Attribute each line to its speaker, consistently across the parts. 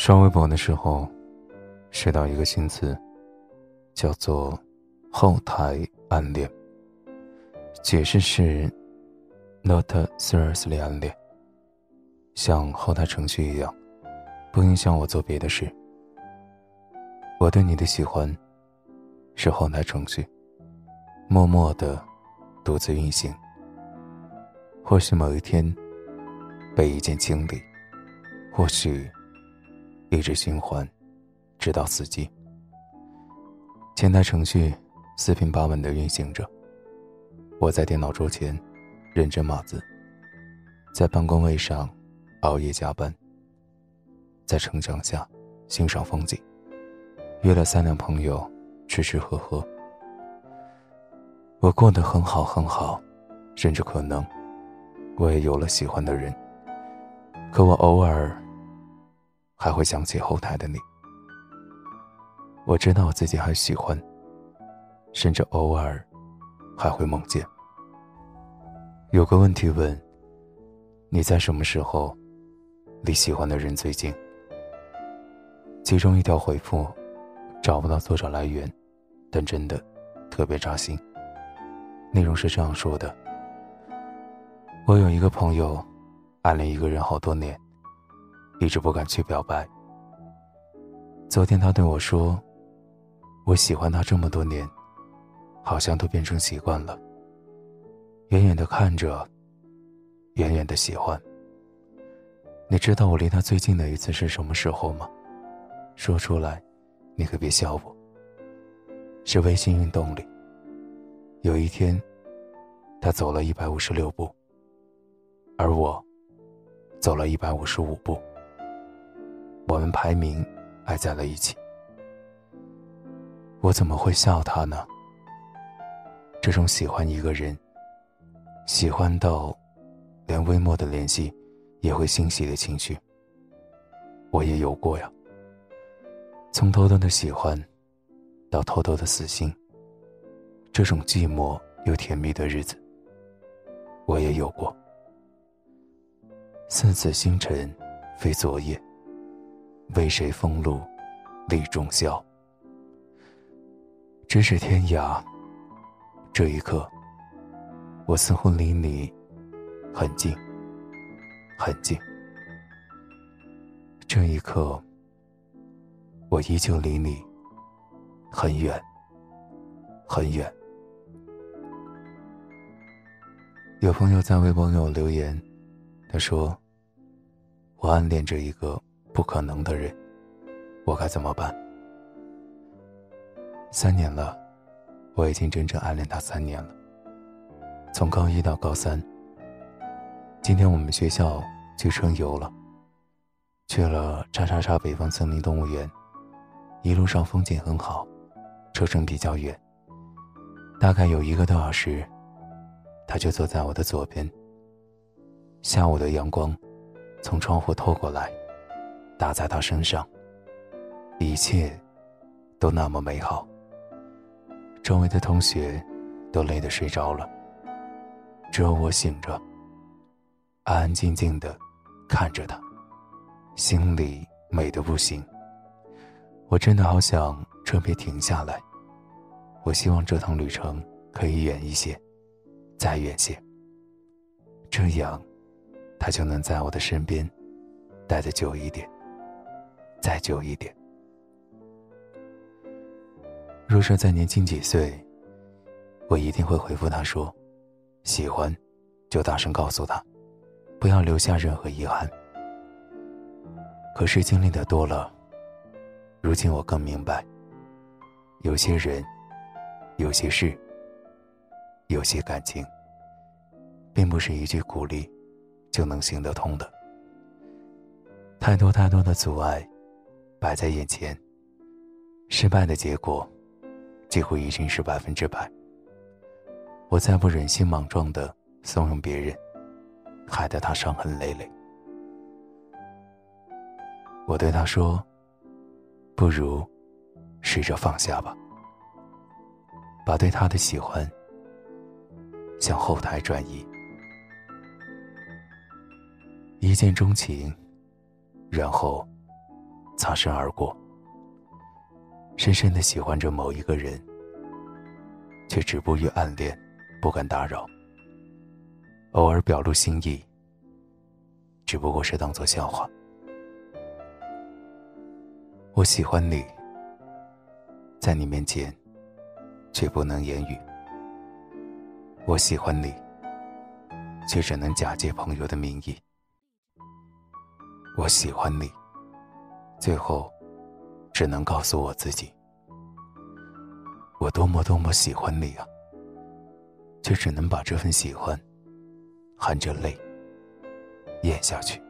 Speaker 1: 刷微博的时候学到一个新词，叫做后台暗恋。解释是 not seriously 暗恋，像后台程序一样，不影响我做别的事。我对你的喜欢是后台程序，默默地独自运行。或许某一天被一键清理，或许一直循环直到死寂。前台程序四平八稳地运行着，我在电脑桌前认真码字，在办公位上熬夜加班，在城墙下欣赏风景，约了3辆朋友吃吃喝喝。我过得很好很好，甚至可能我也有了喜欢的人，可我偶尔还会想起后台的你。我知道我自己还喜欢，甚至偶尔还会梦见。有个问题问，你在什么时候离喜欢的人最近？其中一条回复找不到作者来源，但真的特别扎心。内容是这样说的：我有一个朋友暗恋一个人好多年，一直不敢去表白。昨天他对我说，我喜欢他这么多年，好像都变成习惯了。远远地看着，远远地喜欢。你知道我离他最近的一次是什么时候吗？说出来你可别笑我。是微信运动里，有一天他走了156步，而我走了155步，我们排名挨在了一起。我怎么会笑他呢？这种喜欢一个人，喜欢到连微末的联系也会欣喜的情绪，我也有过呀。从偷偷的喜欢到偷偷的死心，这种寂寞又甜蜜的日子我也有过。似此星辰非昨夜，为谁风露立中宵。咫尺天涯，这一刻我似乎离你很近很近。这一刻我依旧离你很远很远。有朋友在微博给我留言，他说，我暗恋着一个不可能的人，我该怎么办？3年了，我已经真正暗恋他3年了，从高1到高3。今天我们学校去春游了，去了叉叉叉北方森林动物园，一路上风景很好，车程比较远，大概有1个多小时，他就坐在我的左边。下午的阳光从窗户透过来，打在他身上，一切都那么美好。周围的同学都累得睡着了，只有我醒着，安安静静地看着他，心里美得不行。我真的好想车别停下来，我希望这趟旅程可以远一些，再远些，这样他就能在我的身边待得久一点，再久一点。若是再年轻几岁，我一定会回复他说，喜欢就大声告诉他，不要留下任何遗憾。可是经历的多了，如今我更明白，有些人，有些事，有些感情，并不是一句鼓励就能行得通的。太多太多的阻碍摆在眼前，失败的结果几乎已经是100%。我再不忍心莽撞地怂恿别人，害得他伤痕累累。我对他说，不如试着放下吧，把对他的喜欢向后台转移。一见钟情，然后擦身而过，深深地喜欢着某一个人，却止步于暗恋，不敢打扰，偶尔表露心意，只不过是当作笑话。我喜欢你，在你面前却不能言语，我喜欢你，却只能假借朋友的名义，我喜欢你，最后只能告诉我自己，我多么多么喜欢你啊，却只能把这份喜欢含着泪咽下去。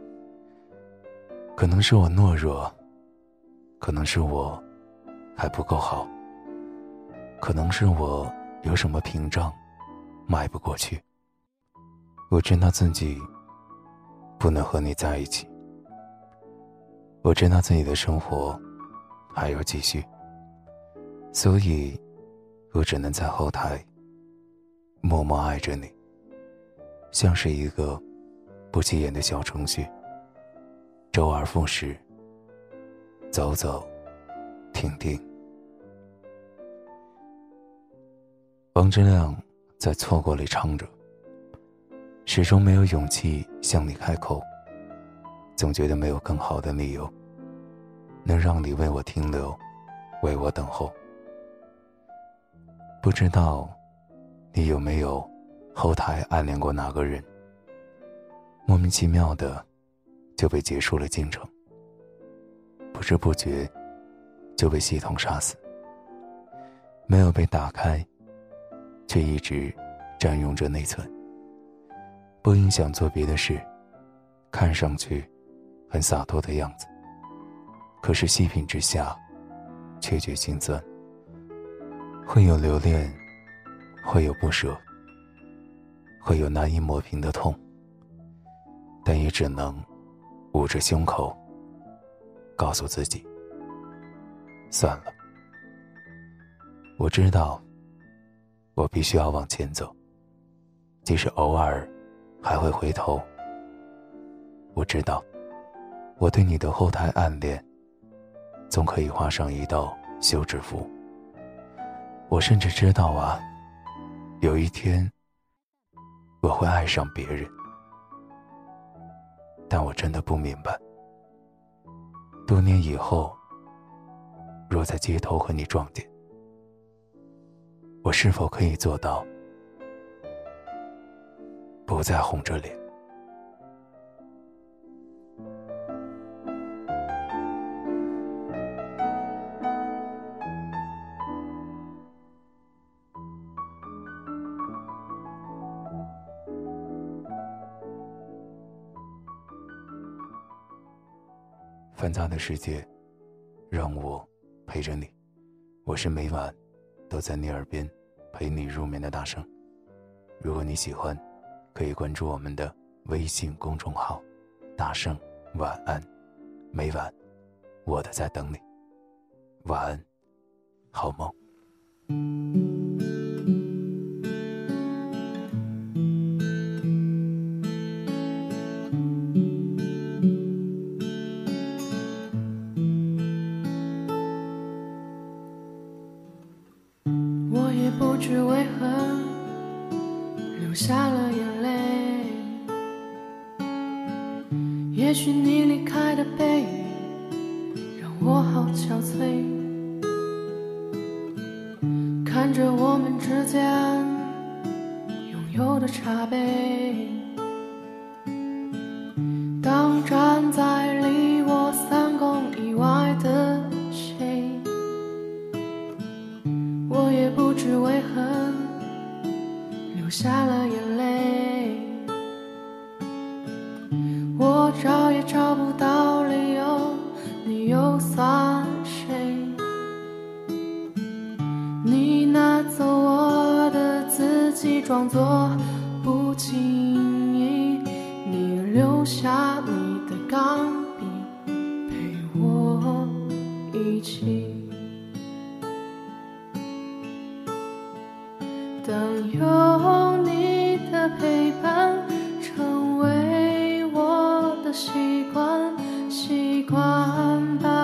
Speaker 1: 可能是我懦弱，可能是我还不够好，可能是我有什么屏障迈不过去。我知道自己不能和你在一起，我知道自己的生活还要继续，所以我只能在后台默默爱着你，像是一个不起眼的小程序，周而复始，走走停停。王铮亮在《错过》里唱着，始终没有勇气向你开口，总觉得没有更好的理由能让你为我停留，为我等候。不知道你有没有后台暗恋过哪个人，莫名其妙的就被结束了进程，不知不觉就被系统杀死，没有被打开，却一直占用着内存，不影响做别的事，看上去很洒脱的样子，可是细品之下却觉心酸，会有留恋，会有不舍，会有难以抹平的痛，但也只能捂着胸口告诉自己，算了。我知道我必须要往前走，即使偶尔还会回头。我知道我对你的后台暗恋总可以画上一道休止符。我甚至知道啊，有一天我会爱上别人，但我真的不明白，多年以后若在街头和你撞见，我是否可以做到不再红着脸。繁杂的世界让我陪着你，我是每晚都在你耳边陪你入眠的大圣。如果你喜欢，可以关注我们的微信公众号大圣晚安，每晚我的在等你，晚安，好梦。
Speaker 2: 我也不知为何流下了眼泪，也许你离开的背影让我好憔悴，看着我们之间拥有的茶杯，当站在离我3公以外的谁，我也不知为何流下了眼泪，我找也找不到理由，你又算谁？你拿走我的自己，装作不经意，你留下你的钢笔，陪我一起。当有你的陪伴成为我的习惯，习惯把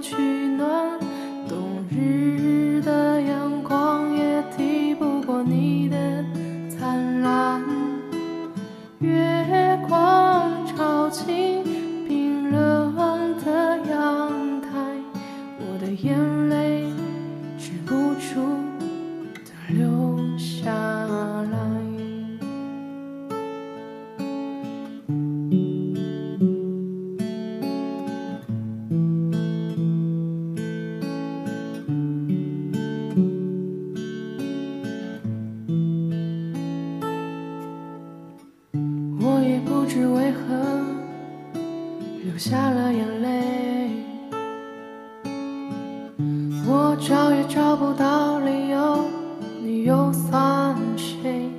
Speaker 2: 取暖，冬日的阳光也抵不过你的灿烂。月光照进冰冷的阳台，我的眼泪止不住地流下来。我也不知为何流下了眼泪，我找也找不到理由，你又算谁？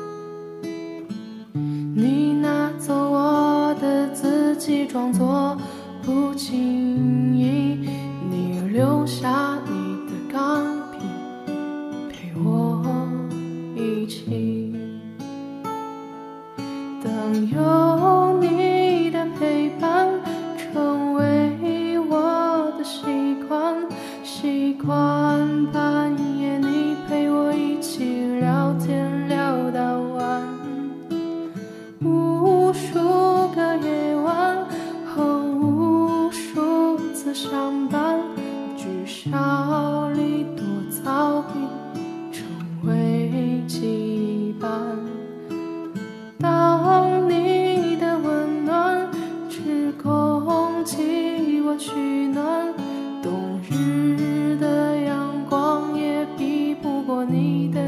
Speaker 2: 你拿走我的自己，装作不经意，你留下你的钢笔，陪我一起。当有你的陪伴成为我的习惯，习惯半夜你陪我一起聊天聊到晚，无数个夜晚和无数次相伴，聚少离多早已成为羁绊。当你的温暖只供给我取暖，冬日的阳光也比不过你的